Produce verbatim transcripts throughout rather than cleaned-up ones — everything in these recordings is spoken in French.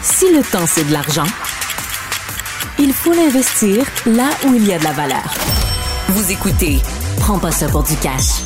Si le temps, c'est de l'argent, il faut l'investir là où il y a de la valeur. Vous écoutez Prends pas ça pour du cash.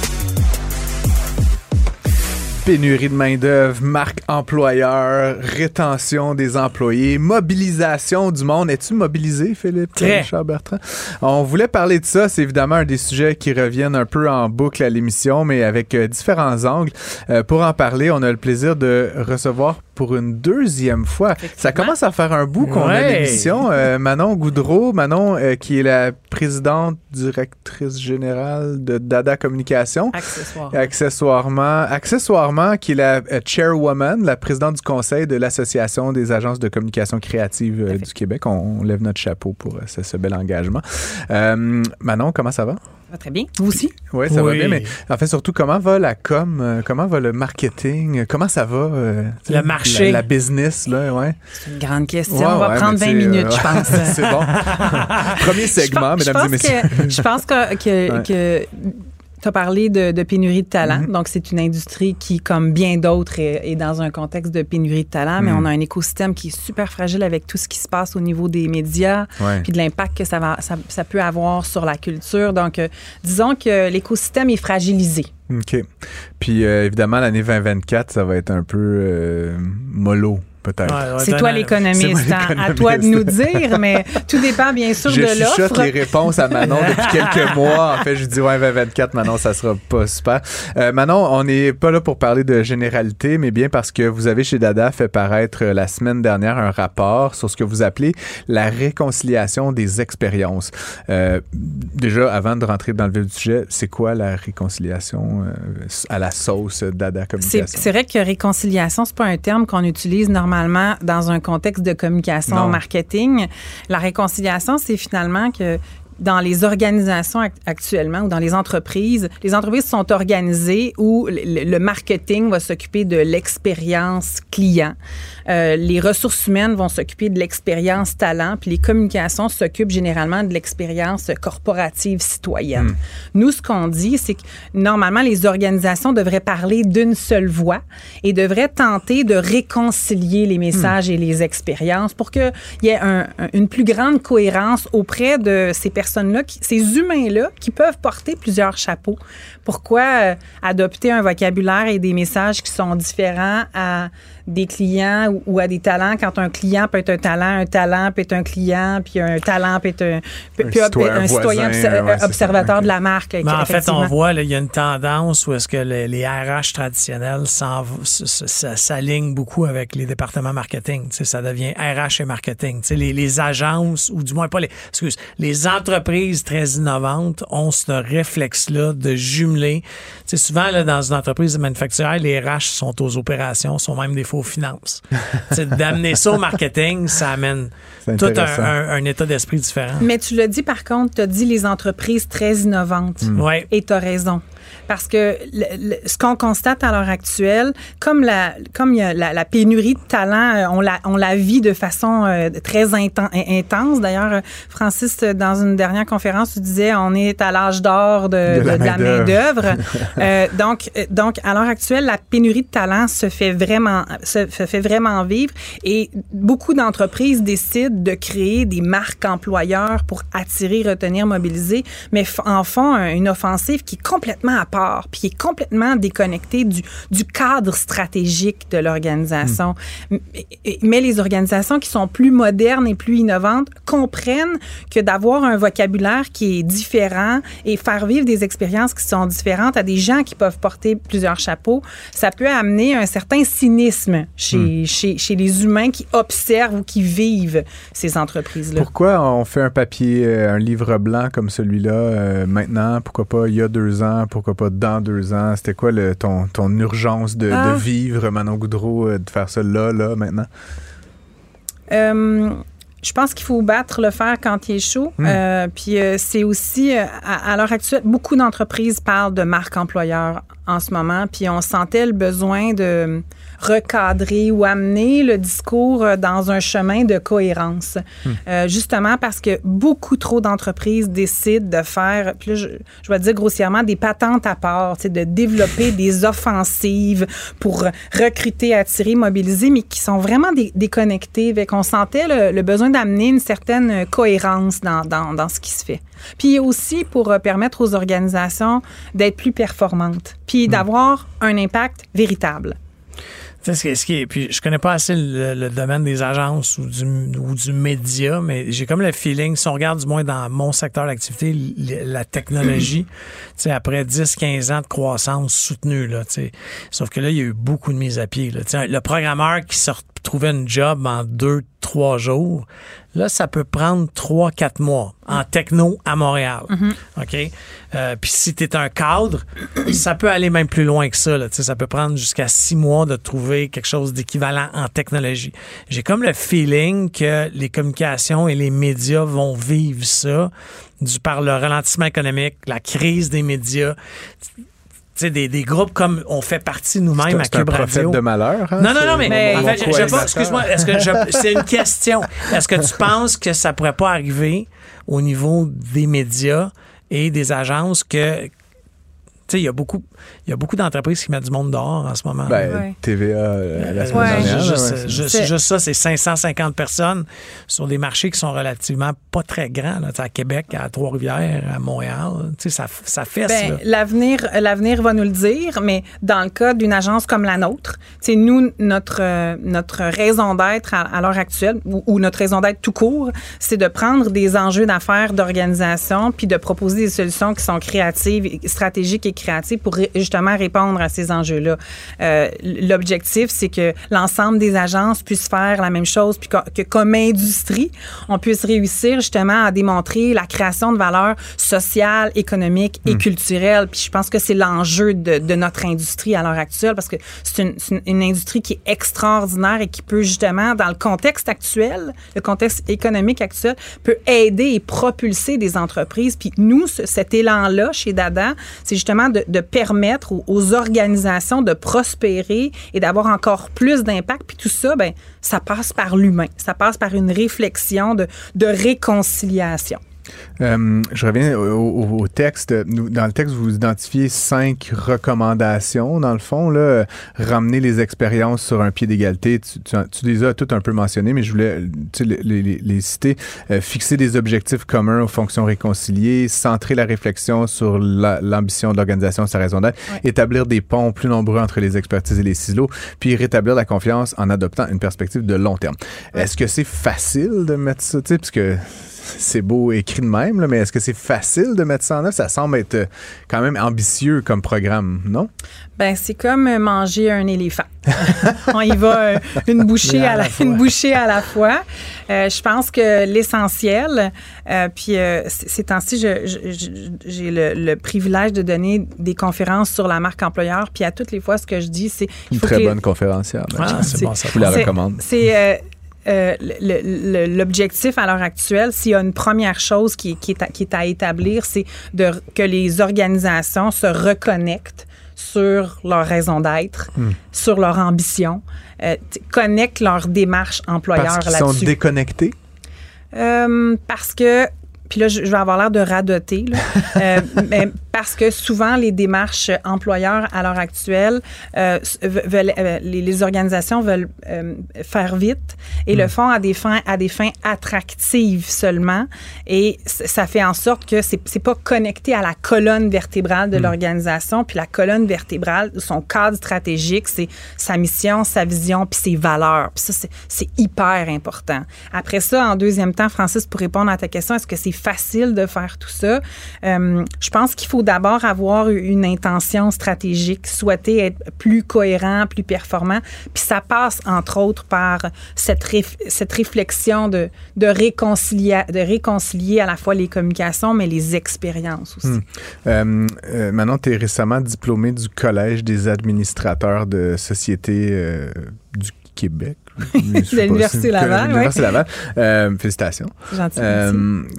Pénurie de main-d'œuvre, marque employeur, rétention des employés, mobilisation du monde. Es-tu mobilisé, Philippe? Très. Richard Bertrand? On voulait parler de ça. C'est évidemment un des sujets qui reviennent un peu en boucle à l'émission, mais avec euh, différents angles. Euh, pour en parler, on a le plaisir de recevoir pour une deuxième fois. Ça commence à faire un bout qu'on ouais. a l'émission. Euh, Manon Goudreau, Manon euh, qui est la présidente directrice générale de Dada Communication. Accessoirement. Accessoirement. Accessoirement, qui est la euh, chairwoman, la présidente du conseil de l'Association des agences de communication créative euh, du Québec. On, on lève notre chapeau pour euh, ce, ce bel engagement. Euh, Manon, comment ça va? Ça va très bien. Vous aussi? Oui, ça oui. va bien, mais en fait, surtout, comment va la com? Euh, comment va le marketing? Euh, comment ça va? Euh, le marché. La, la business, là, ouais. C'est une grande question. Ouais, On va ouais, prendre vingt minutes, euh, je pense. C'est bon. Premier segment, je pense, mesdames je et messieurs. Que, je pense que, que, Ouais. que tu as parlé de, de pénurie de talent. Mm-hmm. Donc, c'est une industrie qui, comme bien d'autres, est, est dans un contexte de pénurie de talent, mais Mm. on a un écosystème qui est super fragile avec tout ce qui se passe au niveau des médias, Ouais. puis de l'impact que ça, va, ça, ça peut avoir sur la culture. Donc, euh, disons que l'écosystème est fragilisé. OK. Puis, euh, évidemment, l'année vingt vingt-quatre, ça va être un peu euh, mollo. Peut-être. Ouais, ouais, C'est t'en toi as- l'économiste, C'est moi hein? À toi de nous dire, mais tout dépend bien sûr Je de chuchote l'offre. les réponses à Manon depuis quelques mois. En fait, je dis ouais, vingt vingt-quatre, Manon, ça sera pas super. Euh, Manon, on n'est pas là pour parler de généralité, mais bien parce que vous avez chez Dada fait paraître euh, la semaine dernière un rapport sur ce que vous appelez la réconciliation des expériences. Euh, déjà, avant de rentrer dans le vif du sujet, c'est quoi la réconciliation euh, à la sauce Dada C'est, Communication? c'est vrai que réconciliation, c'est pas un terme qu'on utilise normalement dans un contexte de communication Non. marketing. La réconciliation, c'est finalement que dans les organisations act- actuellement ou dans les entreprises, les entreprises sont organisées où le, le marketing va s'occuper de l'expérience client, euh, les ressources humaines vont s'occuper de l'expérience talent, puis les communications s'occupent généralement de l'expérience corporative citoyenne. Mm. Nous, ce qu'on dit, c'est que normalement, les organisations devraient parler d'une seule voix et devraient tenter de réconcilier les messages mm. et les expériences pour qu'il y ait un, un, une plus grande cohérence auprès de ces personnes-là, qui, ces humains-là qui peuvent porter plusieurs chapeaux. Pourquoi euh, adopter un vocabulaire et des messages qui sont différents à des clients ou, ou à des talents quand un client peut être un talent, un talent peut être un client, puis un talent peut être un, peut, Un peut citoyen un citoyen voisin, obs- ouais, c'est observateur ça. de la marque. Mais en fait, effectivement. on voit, là, il y a une tendance où est-ce que les, les R H traditionnels s'en- s- s- s- s'alignent beaucoup avec les départements marketing. Tu sais, ça devient R H et marketing. Tu sais, les, les agences, ou du moins pas les... Excuse, les entreprises très innovantes ont ce réflexe-là de jumeler. Tu sais, souvent, là, dans une entreprise manufacturière, les R H sont aux opérations, sont même des faux finances. Tu sais, d'amener ça au marketing, ça amène C'est tout un, intéressant. un, un état d'esprit différent. Mais tu l'as dit, par contre, tu as dit les entreprises très innovantes. Ouais. Et tu as raison. Parce que le, le, ce qu'on constate à l'heure actuelle, comme la, comme il y a la, la pénurie de talent, euh, on la, on la vit de façon euh, très inten- intense. D'ailleurs, euh, Francis, dans une dernière conférence, tu disais on est à l'âge d'or de, De la de, de la main-d'œuvre. main-d'œuvre. euh, donc, euh, donc, à l'heure actuelle, la pénurie de talent se fait vraiment, se, se fait vraiment vivre et beaucoup d'entreprises décident de créer des marques employeurs pour attirer, retenir, mobiliser, mais f- en font un- une offensive qui est complètement à part, puis qui est complètement déconnectée du, du cadre stratégique de l'organisation. Mmh. Mais, mais les organisations qui sont plus modernes et plus innovantes comprennent que d'avoir un vocabulaire qui est différent et faire vivre des expériences qui sont différentes à des gens qui peuvent porter plusieurs chapeaux, ça peut amener un certain cynisme chez, mmh. chez, chez les humains qui observent ou qui vivent ces entreprises-là. Pourquoi on fait un papier, un livre blanc comme celui-là euh, maintenant? Pourquoi pas il y a deux ans? Pourquoi pas dans deux ans? C'était quoi le, ton, ton urgence de, ah. de vivre, Manon Goudreau, de faire ça là, là, maintenant? Euh... Je pense qu'il faut battre le fer quand il est chaud. Mmh. Euh, puis euh, c'est aussi, euh, à, à l'heure actuelle, beaucoup d'entreprises parlent de marque employeur en ce moment, puis on sentait le besoin de recadrer ou amener le discours dans un chemin de cohérence. Mmh. Euh, justement parce que beaucoup trop d'entreprises décident de faire, puis là, je, je vais dire grossièrement, des patentes à part, de développer des offensives pour recruter, attirer, mobiliser, mais qui sont vraiment dé- déconnectées. Fait qu'on sentait le, le besoin d'amener une certaine cohérence dans, dans, dans ce qui se fait. Puis aussi pour euh, permettre aux organisations d'être plus performantes, puis mmh. d'avoir un impact véritable. Ce qui, ce qui est, puis je connais pas assez le, le domaine des agences ou du, ou du média, mais j'ai comme le feeling, si on regarde du moins dans mon secteur d'activité, l- la technologie, tu sais, après dix quinze ans de croissance soutenue, là, tu sais, sauf que là, il y a eu beaucoup de mises à pied, là. Tu sais, le programmeur qui se retrouvait une job en deux, trois jours, là, ça peut prendre trois, quatre mois en techno à Montréal. Mm-hmm. OK? Euh, Puis si tu es un cadre, ça peut aller même plus loin que ça. Là. Ça peut prendre jusqu'à six mois de trouver quelque chose d'équivalent en technologie. J'ai comme le feeling que les communications et les médias vont vivre ça du par le ralentissement économique, la crise des médias. Tu sais, des, des groupes comme on fait partie nous-mêmes à Cube Radio. C'est un prophète de malheur. Hein? Non, non, non, mais, mais en fait, je, je pas, excuse-moi, est-ce que je, c'est une question. Est-ce que tu penses que ça pourrait pas arriver au niveau des médias et des agences que, tu sais, il y a beaucoup, il y a beaucoup d'entreprises qui mettent du monde dehors en ce moment. Ben, ouais. T V A, euh, la semaine ouais. dernière. Juste, ouais, juste, juste ça, c'est cinq cent cinquante personnes sur des marchés qui sont relativement pas très grands. Là, à Québec, à Trois-Rivières, à Montréal. Ça, ça fesse. Ben, là. L'avenir, l'avenir va nous le dire, mais dans le cas d'une agence comme la nôtre, nous, notre, euh, notre raison d'être à, à l'heure actuelle, ou, ou notre raison d'être tout court, c'est de prendre des enjeux d'affaires, d'organisation, puis de proposer des solutions qui sont créatives, stratégiques et créatives pour justement répondre à ces enjeux-là. Euh, l'objectif, c'est que l'ensemble des agences puissent faire la même chose, puis que, que comme industrie, on puisse réussir justement à démontrer la création de valeur sociale, économique et mmh. culturelle. Puis je pense que c'est l'enjeu de, de notre industrie à l'heure actuelle, parce que c'est une, c'est une industrie qui est extraordinaire et qui peut justement, dans le contexte actuel, le contexte économique actuel, peut aider et propulser des entreprises. Puis nous, ce, cet élan-là, chez Dada, c'est justement de, de permettre aux, aux organisations de prospérer et d'avoir encore plus d'impact. Puis tout ça, ben, ça passe par l'humain. Ça passe par une réflexion de, de réconciliation. Euh, je reviens au, au, au texte. Dans le texte, vous identifiez cinq recommandations. Dans le fond, là, ramener les expériences sur un pied d'égalité. Tu, tu, tu les as toutes un peu mentionnées, mais je voulais tu sais, les, les, les citer. Euh, fixer des objectifs communs aux fonctions réconciliées, centrer la réflexion sur la, l'ambition de l'organisation, sa raison d'être, ouais. établir des ponts plus nombreux entre les expertises et les silos, puis rétablir la confiance en adoptant une perspective de long terme. Ouais. Est-ce que c'est facile de mettre ça, tu sais, parce que c'est beau écrit de même, là, mais est-ce que c'est facile de mettre ça en œuvre? Ça semble être quand même ambitieux comme programme, non? Ben c'est comme manger un éléphant. On y va euh, une bouchée à, à la, une bouchée à la fois. Euh, je pense que l'essentiel, euh, puis euh, ces temps-ci, je, je, j'ai le, le privilège de donner des conférences sur la marque employeur, puis à toutes les fois, ce que je dis, c'est... Une faut très que les... bonne conférencière. Ah, c'est, c'est bon, ça. Je vous la recommande. C'est... Euh, Euh, le, le, l'objectif à l'heure actuelle, s'il y a une première chose qui, qui, est, à, qui est à établir, c'est de, que les organisations se reconnectent sur leur raison d'être, mmh. sur leur ambition, euh, connectent leur démarche employeur parce qu'ils là-dessus. Sont déconnectés? Euh, parce que puis là, je vais avoir l'air de radoter, là. euh, mais parce que souvent, les démarches employeurs à l'heure actuelle, euh, veulent, euh, les, les organisations veulent euh, faire vite et mmh. le font à des fins, à des fins attractives seulement. Et ça fait en sorte que c'est, c'est pas connecté à la colonne vertébrale de mmh. l'organisation. Puis la colonne vertébrale, son cadre stratégique, c'est sa mission, sa vision, puis ses valeurs. Puis ça, c'est, c'est hyper important. Après ça, en deuxième temps, Francis, pour répondre à ta question, est-ce que c'est facile de faire tout ça? Euh, je pense qu'il faut d'abord avoir une intention stratégique, souhaiter être plus cohérent, plus performant. Puis ça passe, entre autres, par cette, réf- cette réflexion de, de, réconcilier, de réconcilier à la fois les communications, mais les expériences aussi. Hum. Euh, euh, Manon, tu es récemment diplômée du Collège des administrateurs de sociétés euh, du Québec. de l'Université Laval. L'Université Laval. Euh, félicitations. Gentil. Euh,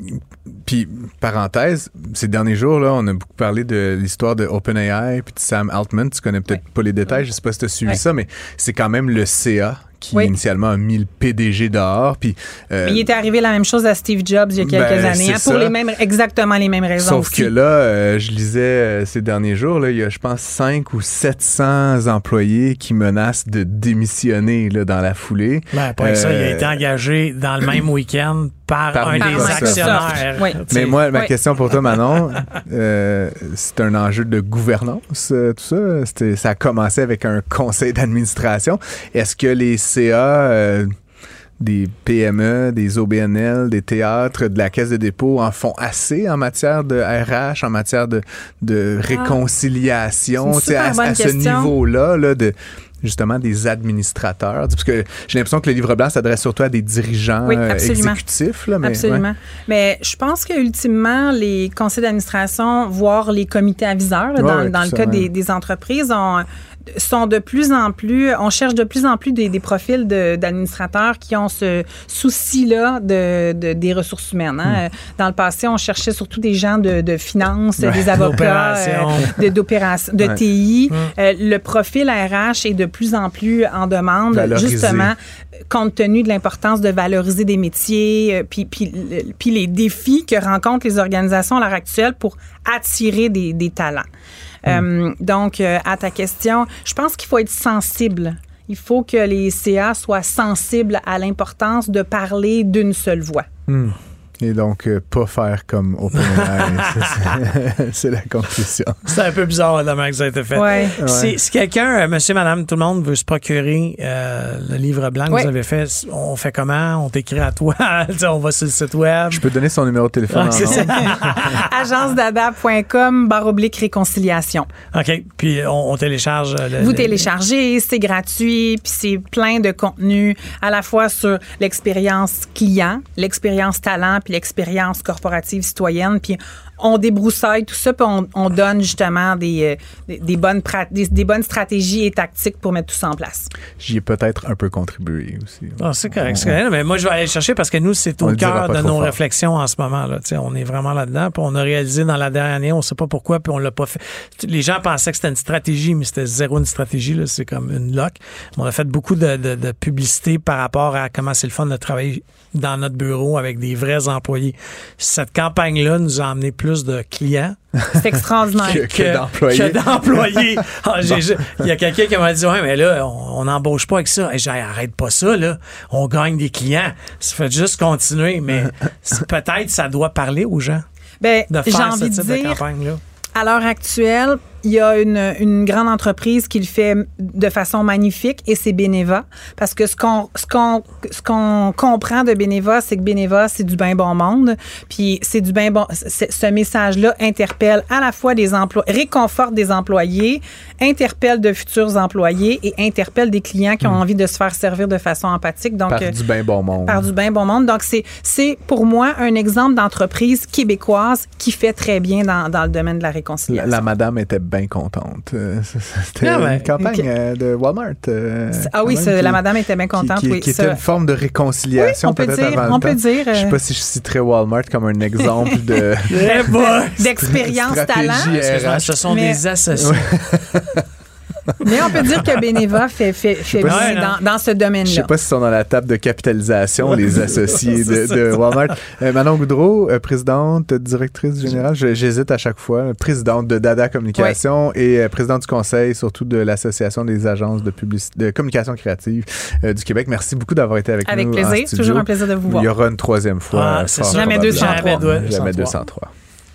puis, parenthèse, ces derniers jours, là, on a beaucoup parlé de l'histoire de OpenAI puis de Sam Altman. Tu connais peut-être ouais. pas les détails, je sais pas si tu as suivi ouais. ça, mais c'est quand même le C A qui oui. initialement a mis le P D G dehors. Puis, euh, mais il était arrivé la même chose à Steve Jobs il y a quelques ben, années, hein, pour les mêmes, exactement les mêmes raisons. Sauf aussi. que là, euh, je lisais euh, ces derniers jours, là, il y a, je pense, cinq ou sept cents employés qui menacent de démissionner là, dans la foulée. Ben, pas euh, ça, il a été engagé dans le même week-end par Parmi un des actionnaires. Oui. Mais moi, ma oui. question pour toi, Manon, euh, c'est un enjeu de gouvernance, euh, tout ça. C'était, ça a commencé avec un conseil d'administration. Est-ce que les C A, euh, des P M E, des O B N L, des théâtres, de la Caisse de dépôt en font assez en matière de R H, en matière de, de réconciliation, ah, à, à ce niveau-là, là, de justement des administrateurs? Parce que j'ai l'impression que le livre blanc s'adresse surtout à des dirigeants oui, exécutifs. Là, mais, absolument. Ouais. Mais je pense qu'ultimement, les conseils d'administration, voire les comités aviseurs, là, dans, ouais, dans le ça, cas ouais. des, des entreprises, ont sont de plus en plus, on cherche de plus en plus des, des profils de, d'administrateurs qui ont ce souci-là de, de, des ressources humaines. Hein. Mm. Dans le passé, on cherchait surtout des gens de, de finances, ouais. des avocats, euh, de, d'opération, de ouais. T I. Mm. Euh, le profil R H est de plus en plus en demande, valoriser. Justement, compte tenu de l'importance de valoriser des métiers, euh, puis, puis, puis les défis que rencontrent les organisations à l'heure actuelle pour attirer des, des talents. Euh, donc, euh, à ta question, je pense qu'il faut être sensible. Il faut que les C A soient sensibles à l'importance de parler d'une seule voix. Mmh. Et donc, euh, pas faire comme OpenAI. c'est, c'est la conclusion. C'est un peu bizarre, la manière que ça a été fait. Ouais. Si, ouais. si quelqu'un, euh, monsieur, madame, tout le monde veut se procurer euh, le livre blanc que ouais. vous avez fait, on fait comment? On t'écrit à toi? On va sur le site web? Je peux donner son numéro de téléphone. Ah, c'est ça. agence dada point com barre oblique réconciliation. OK. Puis, on, on télécharge. Le, vous le, téléchargez, c'est gratuit, puis c'est plein de contenu à la fois sur l'expérience client, l'expérience talent, puis l'expérience corporative citoyenne, puis on débroussaille tout ça, puis on, on donne justement des, des, des, bonnes pra- des, des bonnes stratégies et tactiques pour mettre tout ça en place. J'y ai peut-être un peu contribué aussi. Ah, c'est correct, on, c'est correct. Mais moi, je vais aller chercher parce que nous, c'est au cœur de nos fort. réflexions en ce moment. Là. On est vraiment là-dedans. Puis on a réalisé dans la dernière année, on ne sait pas pourquoi, puis on l'a pas fait. Les gens pensaient que c'était une stratégie, mais c'était zéro une stratégie. Là. C'est comme une loc. On a fait beaucoup de, de, de publicité par rapport à comment c'est le fun de travailler dans notre bureau avec des vrais employés. Cette campagne-là nous a amené plus de clients. C'est extraordinaire. que, que, que d'employés. Que d'employés. Ah, j'ai, j'ai, il y a quelqu'un qui m'a dit, ouais, mais là, on n'embauche pas avec ça. Et j'ai arrête pas ça, là. On gagne des clients. Ça fait juste continuer. Mais peut-être ça doit parler aux gens. Ben, de faire j'ai envie ce type de dire, de campagne-là. À l'heure actuelle, il y a une, une grande entreprise qui le fait de façon magnifique et c'est Beneva. Parce que ce qu'on, ce qu'on, ce qu'on comprend de Beneva, c'est que Beneva, c'est du bien bon monde. Puis c'est du bien bon. Ce message-là interpelle à la fois des emplois, réconforte des employés, interpelle de futurs employés et interpelle des clients qui ont mmh. envie de se faire servir de façon empathique. Donc, par du bien bon monde. Par du bien bon monde. Donc, c'est, c'est pour moi un exemple d'entreprise québécoise qui fait très bien dans, dans le domaine de la réconciliation. La, la madame était bien contente. C'était ah ouais. une campagne okay. de Walmart. Euh, ah oui, ça, qui, la madame était bien contente. Qui, qui, oui, qui ça. était une forme de réconciliation oui, on peut peut-être dire, avant on le peut temps. dire. Je ne sais pas si je citerais Walmart comme un exemple de d'expérience talent. Excuse-moi, ce sont mais, des associés. Mais on peut dire que Beneva fait, fait, fait bien ouais, dans, dans ce domaine-là. Je ne sais pas s'ils sont dans la table de capitalisation, les associés de, de Walmart. Euh, Manon Goudreau, euh, présidente, directrice générale, je, j'hésite à chaque fois, présidente de Dada Communication ouais. et euh, présidente du conseil, surtout de l'Association des agences de, publici- de communication créative euh, du Québec. Merci beaucoup d'avoir été avec, avec nous plaisir, en studio. toujours un plaisir de vous voir. Il y aura une troisième fois. Ah, c'est jamais deux cent trois. Jamais, jamais deux cent trois.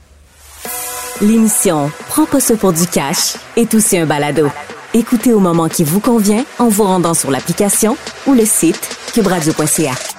L'émission Prends pas ça pour du cash est aussi un balado. Écoutez au moment qui vous convient en vous rendant sur l'application ou le site cube radio point c a.